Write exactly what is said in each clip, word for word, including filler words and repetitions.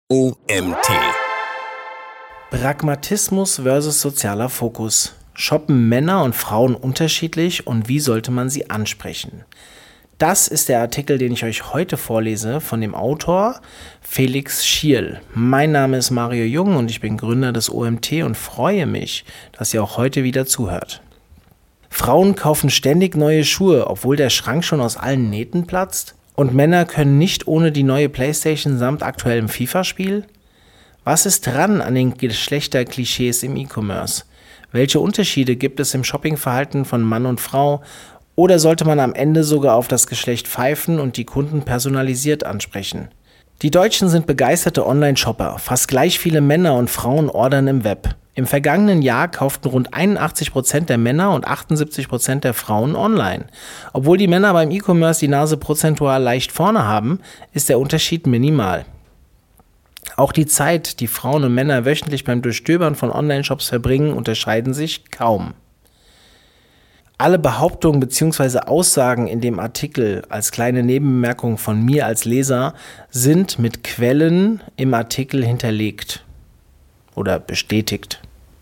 O M T. Pragmatismus versus sozialer Fokus. Shoppen Männer und Frauen unterschiedlich und wie sollte man sie ansprechen? Das ist der Artikel, den ich euch heute vorlese von dem Autor Felix Schierl. Mein Name ist Mario Jung und ich bin Gründer des O M T und freue mich, dass ihr auch heute wieder zuhört. Frauen kaufen ständig neue Schuhe, obwohl der Schrank schon aus allen Nähten platzt? Und Männer können nicht ohne die neue Playstation samt aktuellem FIFA-Spiel? Was ist dran an den Geschlechterklischees im E-Commerce? Welche Unterschiede gibt es im Shoppingverhalten von Mann und Frau? Oder sollte man am Ende sogar auf das Geschlecht pfeifen und die Kunden personalisiert ansprechen? Die Deutschen sind begeisterte Online-Shopper. Fast gleich viele Männer und Frauen ordern im Web. Im vergangenen Jahr kauften rund einundachtzig Prozent der Männer und achtundsiebzig Prozent der Frauen online. Obwohl die Männer beim E-Commerce die Nase prozentual leicht vorne haben, ist der Unterschied minimal. Auch die Zeit, die Frauen und Männer wöchentlich beim Durchstöbern von Online-Shops verbringen, unterscheiden sich kaum. Alle Behauptungen bzw. Aussagen in dem Artikel als kleine Nebenbemerkung von mir als Leser sind mit Quellen im Artikel hinterlegt oder bestätigt.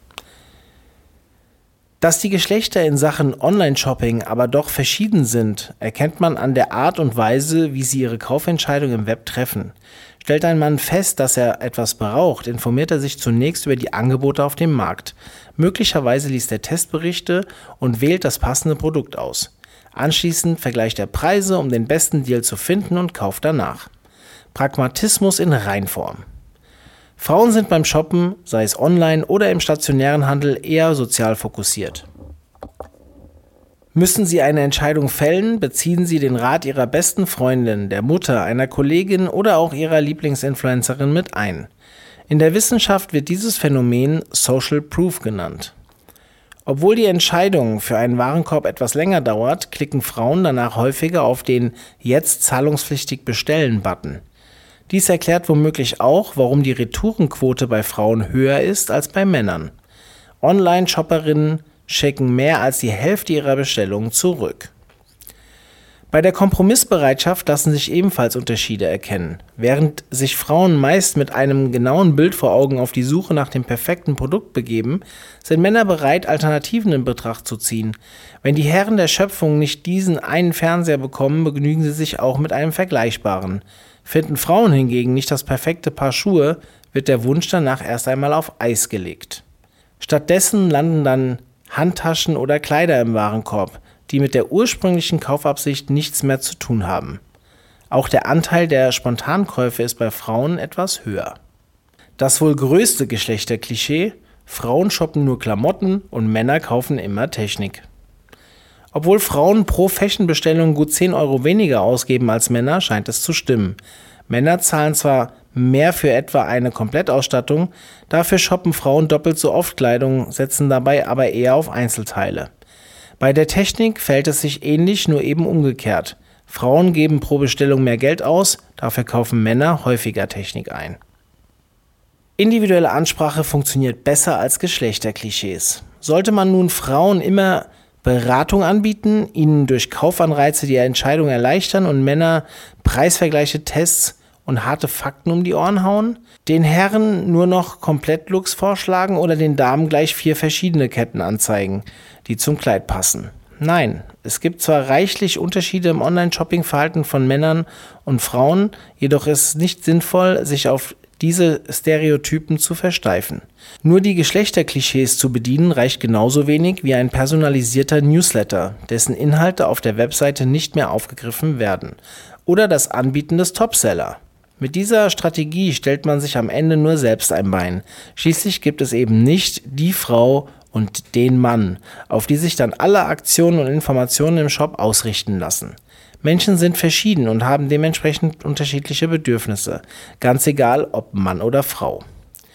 Dass die Geschlechter in Sachen Online-Shopping aber doch verschieden sind, erkennt man an der Art und Weise, wie sie ihre Kaufentscheidung im Web treffen. Stellt ein Mann fest, dass er etwas braucht, informiert er sich zunächst über die Angebote auf dem Markt. Möglicherweise liest er Testberichte und wählt das passende Produkt aus. Anschließend vergleicht er Preise, um den besten Deal zu finden und kauft danach. Pragmatismus in Reinform. Frauen sind beim Shoppen, sei es online oder im stationären Handel, eher sozial fokussiert. Müssen sie eine Entscheidung fällen, beziehen sie den Rat ihrer besten Freundin, der Mutter, einer Kollegin oder auch ihrer Lieblingsinfluencerin mit ein. In der Wissenschaft wird dieses Phänomen Social Proof genannt. Obwohl die Entscheidung für einen Warenkorb etwas länger dauert, klicken Frauen danach häufiger auf den Jetzt zahlungspflichtig bestellen-Button. Dies erklärt womöglich auch, warum die Retourenquote bei Frauen höher ist als bei Männern. Online-Shopperinnen schicken mehr als die Hälfte ihrer Bestellungen zurück. Bei der Kompromissbereitschaft lassen sich ebenfalls Unterschiede erkennen. Während sich Frauen meist mit einem genauen Bild vor Augen auf die Suche nach dem perfekten Produkt begeben, sind Männer bereit, Alternativen in Betracht zu ziehen. Wenn die Herren der Schöpfung nicht diesen einen Fernseher bekommen, begnügen sie sich auch mit einem vergleichbaren. Finden Frauen hingegen nicht das perfekte Paar Schuhe, wird der Wunsch danach erst einmal auf Eis gelegt. Stattdessen landen dann Handtaschen oder Kleider im Warenkorb, die mit der ursprünglichen Kaufabsicht nichts mehr zu tun haben. Auch der Anteil der Spontankäufe ist bei Frauen etwas höher. Das wohl größte Geschlechterklischee: Frauen shoppen nur Klamotten und Männer kaufen immer Technik. Obwohl Frauen pro Fashion-Bestellung gut zehn Euro weniger ausgeben als Männer, scheint es zu stimmen. Männer zahlen zwar mehr für etwa eine Komplettausstattung, dafür shoppen Frauen doppelt so oft Kleidung, setzen dabei aber eher auf Einzelteile. Bei der Technik fällt es sich ähnlich, nur eben umgekehrt. Frauen geben pro Bestellung mehr Geld aus, dafür kaufen Männer häufiger Technik ein. Individuelle Ansprache funktioniert besser als Geschlechterklischees. Sollte man nun Frauen immer Beratung anbieten, ihnen durch Kaufanreize die Entscheidung erleichtern und Männer Preisvergleiche, Tests und harte Fakten um die Ohren hauen? Den Herren nur noch Komplettlooks vorschlagen oder den Damen gleich vier verschiedene Ketten anzeigen, die zum Kleid passen? Nein, es gibt zwar reichlich Unterschiede im Online-Shopping-Verhalten von Männern und Frauen, jedoch ist es nicht sinnvoll, sich auf diese Stereotypen zu versteifen. Nur die Geschlechterklischees zu bedienen reicht genauso wenig wie ein personalisierter Newsletter, dessen Inhalte auf der Webseite nicht mehr aufgegriffen werden, oder das Anbieten des Topseller. Mit dieser Strategie stellt man sich am Ende nur selbst ein Bein. Schließlich gibt es eben nicht die Frau und den Mann, auf die sich dann alle Aktionen und Informationen im Shop ausrichten lassen. Menschen sind verschieden und haben dementsprechend unterschiedliche Bedürfnisse, ganz egal ob Mann oder Frau.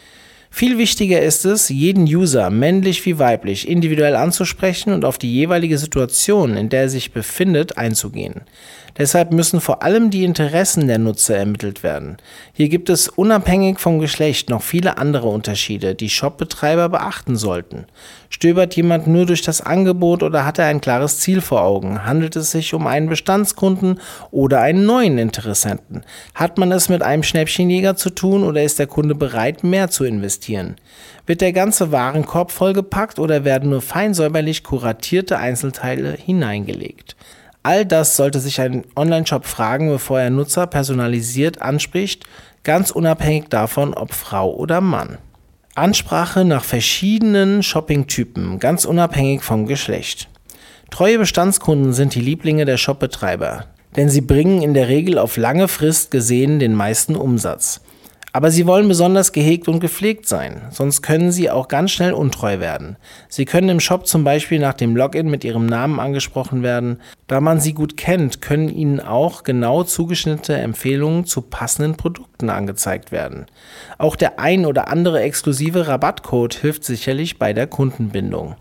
Viel wichtiger ist es, jeden User, männlich wie weiblich, individuell anzusprechen und auf die jeweilige Situation, in der er sich befindet, einzugehen. Deshalb müssen vor allem die Interessen der Nutzer ermittelt werden. Hier gibt es unabhängig vom Geschlecht noch viele andere Unterschiede, die Shopbetreiber beachten sollten. Stöbert jemand nur durch das Angebot oder hat er ein klares Ziel vor Augen? Handelt es sich um einen Bestandskunden oder einen neuen Interessenten? Hat man es mit einem Schnäppchenjäger zu tun oder ist der Kunde bereit, mehr zu investieren? Wird der ganze Warenkorb vollgepackt oder werden nur fein säuberlich kuratierte Einzelteile hineingelegt? All das sollte sich ein Online-Shop fragen, bevor er Nutzer personalisiert anspricht, ganz unabhängig davon, ob Frau oder Mann. Ansprache nach verschiedenen Shopping-Typen, ganz unabhängig vom Geschlecht. Treue Bestandskunden sind die Lieblinge der Shopbetreiber, denn sie bringen in der Regel auf lange Frist gesehen den meisten Umsatz. Aber sie wollen besonders gehegt und gepflegt sein, sonst können sie auch ganz schnell untreu werden. Sie können im Shop zum Beispiel nach dem Login mit ihrem Namen angesprochen werden. Da man sie gut kennt, können ihnen auch genau zugeschnittene Empfehlungen zu passenden Produkten angezeigt werden. Auch der ein oder andere exklusive Rabattcode hilft sicherlich bei der Kundenbindung.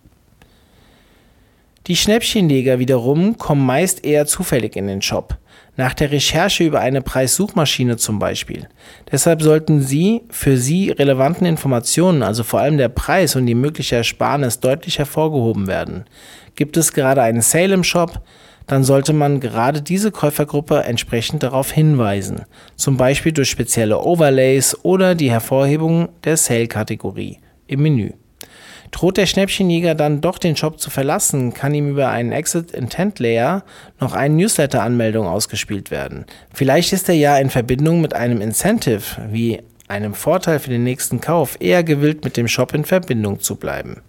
Die Schnäppchenjäger wiederum kommen meist eher zufällig in den Shop. Nach der Recherche über eine Preissuchmaschine zum Beispiel. Deshalb sollten Sie für Sie relevanten Informationen, also vor allem der Preis und die mögliche Ersparnis, deutlich hervorgehoben werden. Gibt es gerade einen Sale im Shop, dann sollte man gerade diese Käufergruppe entsprechend darauf hinweisen, zum Beispiel durch spezielle Overlays oder die Hervorhebung der Sale-Kategorie im Menü. Droht der Schnäppchenjäger dann doch den Shop zu verlassen, kann ihm über einen Exit Intent Layer noch eine Newsletter-Anmeldung ausgespielt werden. Vielleicht ist er ja in Verbindung mit einem Incentive, wie einem Vorteil für den nächsten Kauf, eher gewillt, mit dem Shop in Verbindung zu bleiben.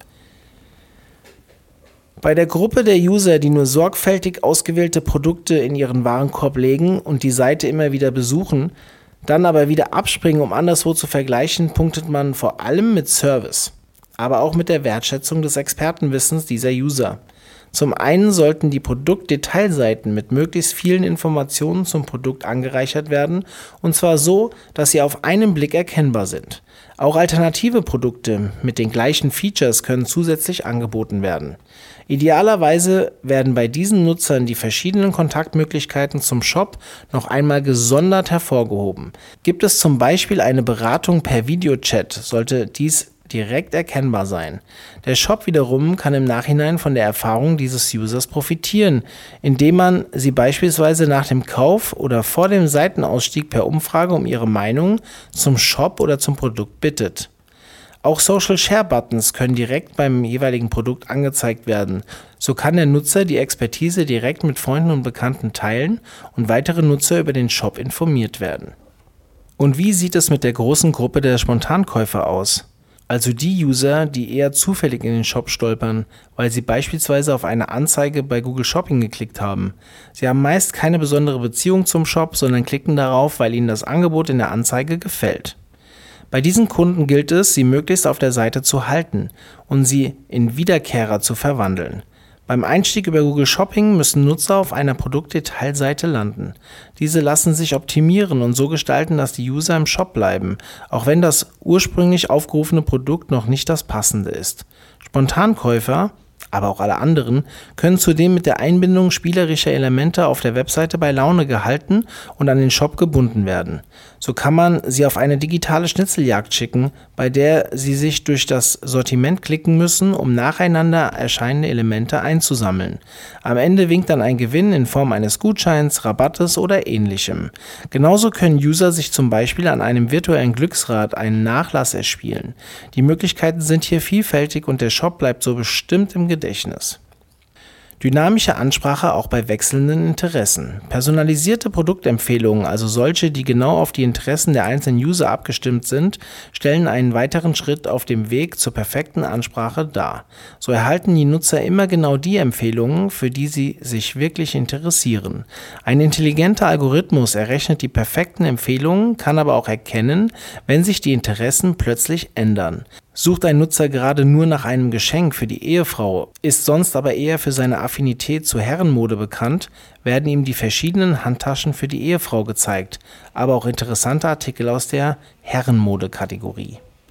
Bei der Gruppe der User, die nur sorgfältig ausgewählte Produkte in ihren Warenkorb legen und die Seite immer wieder besuchen, dann aber wieder abspringen, um anderswo zu vergleichen, punktet man vor allem mit Service, aber auch mit der Wertschätzung des Expertenwissens dieser User. Zum einen sollten die Produktdetailseiten mit möglichst vielen Informationen zum Produkt angereichert werden, und zwar so, dass sie auf einen Blick erkennbar sind. Auch alternative Produkte mit den gleichen Features können zusätzlich angeboten werden. Idealerweise werden bei diesen Nutzern die verschiedenen Kontaktmöglichkeiten zum Shop noch einmal gesondert hervorgehoben. Gibt es zum Beispiel eine Beratung per Videochat, sollte dies direkt erkennbar sein. Der Shop wiederum kann im Nachhinein von der Erfahrung dieses Users profitieren, indem man sie beispielsweise nach dem Kauf oder vor dem Seitenausstieg per Umfrage um ihre Meinung zum Shop oder zum Produkt bittet. Auch Social Share Buttons können direkt beim jeweiligen Produkt angezeigt werden. So kann der Nutzer die Expertise direkt mit Freunden und Bekannten teilen und weitere Nutzer über den Shop informiert werden. Und wie sieht es mit der großen Gruppe der Spontankäufer aus? Also die User, die eher zufällig in den Shop stolpern, weil sie beispielsweise auf eine Anzeige bei Google Shopping geklickt haben. Sie haben meist keine besondere Beziehung zum Shop, sondern klicken darauf, weil ihnen das Angebot in der Anzeige gefällt. Bei diesen Kunden gilt es, sie möglichst auf der Seite zu halten und sie in Wiederkehrer zu verwandeln. Beim Einstieg über Google Shopping müssen Nutzer auf einer Produktdetailseite landen. Diese lassen sich optimieren und so gestalten, dass die User im Shop bleiben, auch wenn das ursprünglich aufgerufene Produkt noch nicht das passende ist. Spontankäufer, aber auch alle anderen, können zudem mit der Einbindung spielerischer Elemente auf der Webseite bei Laune gehalten und an den Shop gebunden werden. So kann man sie auf eine digitale Schnitzeljagd schicken, bei der sie sich durch das Sortiment klicken müssen, um nacheinander erscheinende Elemente einzusammeln. Am Ende winkt dann ein Gewinn in Form eines Gutscheins, Rabattes oder ähnlichem. Genauso können User sich zum Beispiel an einem virtuellen Glücksrad einen Nachlass erspielen. Die Möglichkeiten sind hier vielfältig und der Shop bleibt so bestimmt im Gedächtnis. Dynamische Ansprache auch bei wechselnden Interessen. Personalisierte Produktempfehlungen, also solche, die genau auf die Interessen der einzelnen User abgestimmt sind, stellen einen weiteren Schritt auf dem Weg zur perfekten Ansprache dar. So erhalten die Nutzer immer genau die Empfehlungen, für die sie sich wirklich interessieren. Ein intelligenter Algorithmus errechnet die perfekten Empfehlungen, kann aber auch erkennen, wenn sich die Interessen plötzlich ändern. Sucht ein Nutzer gerade nur nach einem Geschenk für die Ehefrau, ist sonst aber eher für seine Affinität zur Herrenmode bekannt, werden ihm die verschiedenen Handtaschen für die Ehefrau gezeigt, aber auch interessante Artikel aus der Herrenmode-Kategorie.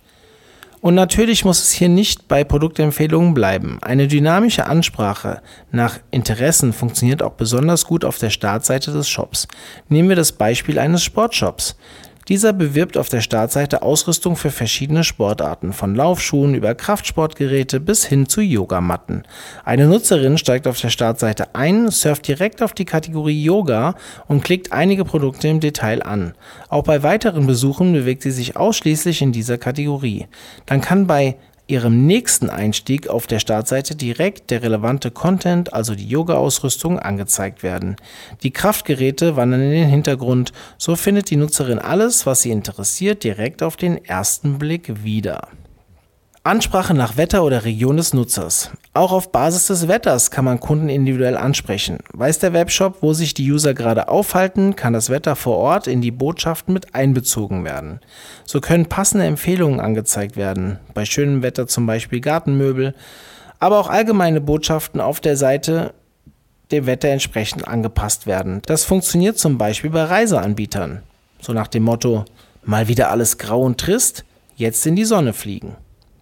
Und natürlich muss es hier nicht bei Produktempfehlungen bleiben. Eine dynamische Ansprache nach Interessen funktioniert auch besonders gut auf der Startseite des Shops. Nehmen wir das Beispiel eines Sportshops. Dieser bewirbt auf der Startseite Ausrüstung für verschiedene Sportarten, von Laufschuhen über Kraftsportgeräte bis hin zu Yogamatten. Eine Nutzerin steigt auf der Startseite ein, surft direkt auf die Kategorie Yoga und klickt einige Produkte im Detail an. Auch bei weiteren Besuchen bewegt sie sich ausschließlich in dieser Kategorie. Dann kann bei ihrem nächsten Einstieg auf der Startseite direkt der relevante Content, also die Yoga-Ausrüstung, angezeigt werden. Die Kraftgeräte wandern in den Hintergrund, so findet die Nutzerin alles, was sie interessiert, direkt auf den ersten Blick wieder. Ansprache nach Wetter oder Region des Nutzers. Auch auf Basis des Wetters kann man Kunden individuell ansprechen. Weiß der Webshop, wo sich die User gerade aufhalten, kann das Wetter vor Ort in die Botschaften mit einbezogen werden. So können passende Empfehlungen angezeigt werden, bei schönem Wetter zum Beispiel Gartenmöbel, aber auch allgemeine Botschaften auf der Seite dem Wetter entsprechend angepasst werden. Das funktioniert zum Beispiel bei Reiseanbietern. So nach dem Motto, mal wieder alles grau und trist, jetzt in die Sonne fliegen.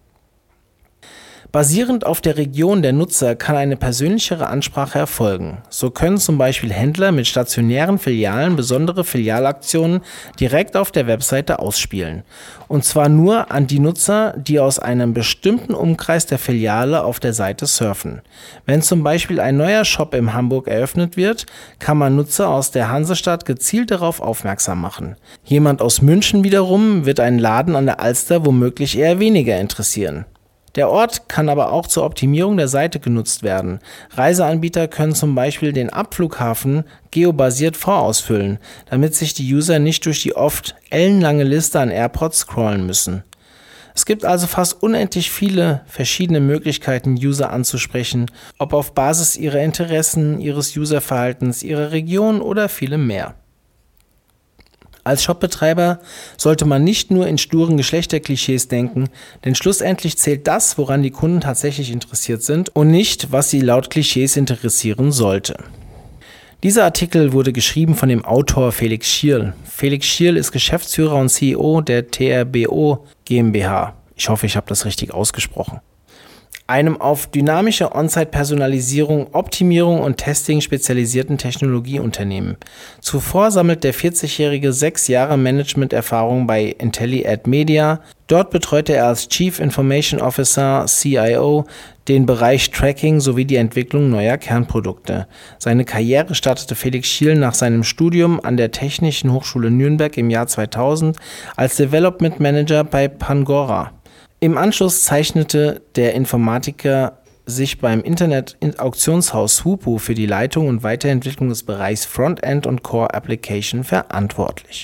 Basierend auf der Region der Nutzer kann eine persönlichere Ansprache erfolgen. So können zum Beispiel Händler mit stationären Filialen besondere Filialaktionen direkt auf der Webseite ausspielen. Und zwar nur an die Nutzer, die aus einem bestimmten Umkreis der Filiale auf der Seite surfen. Wenn zum Beispiel ein neuer Shop in Hamburg eröffnet wird, kann man Nutzer aus der Hansestadt gezielt darauf aufmerksam machen. Jemand aus München wiederum wird einen Laden an der Alster womöglich eher weniger interessieren. Der Ort kann aber auch zur Optimierung der Seite genutzt werden. Reiseanbieter können zum Beispiel den Abflughafen geobasiert vorausfüllen, damit sich die User nicht durch die oft ellenlange Liste an Airports scrollen müssen. Es gibt also fast unendlich viele verschiedene Möglichkeiten, User anzusprechen, ob auf Basis ihrer Interessen, ihres Userverhaltens, ihrer Region oder vielem mehr. Als Shopbetreiber sollte man nicht nur in sturen Geschlechterklischees denken, denn schlussendlich zählt das, woran die Kunden tatsächlich interessiert sind und nicht, was sie laut Klischees interessieren sollte. Dieser Artikel wurde geschrieben von dem Autor Felix Schierl. Felix Schierl ist Geschäftsführer und C E O der T R B O GmbH. Ich hoffe, ich habe das richtig ausgesprochen. Einem auf dynamische On-Site-Personalisierung, Optimierung und Testing spezialisierten Technologieunternehmen. Zuvor sammelt der vierzigjährige sechs Jahre Management-Erfahrung bei IntelliAd Media. Dort betreute er als Chief Information Officer, C I O, den Bereich Tracking sowie die Entwicklung neuer Kernprodukte. Seine Karriere startete Felix Schierl nach seinem Studium an der Technischen Hochschule Nürnberg im Jahr zweitausend als Development Manager bei Pangora. Im Anschluss zeichnete der Informatiker sich beim Internet-Auktionshaus Swoopo für die Leitung und Weiterentwicklung des Bereichs Frontend und Core Application verantwortlich.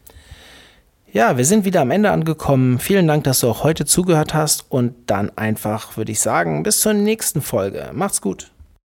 Ja, wir sind wieder am Ende angekommen. Vielen Dank, dass du auch heute zugehört hast und dann einfach würde ich sagen, bis zur nächsten Folge. Macht's gut.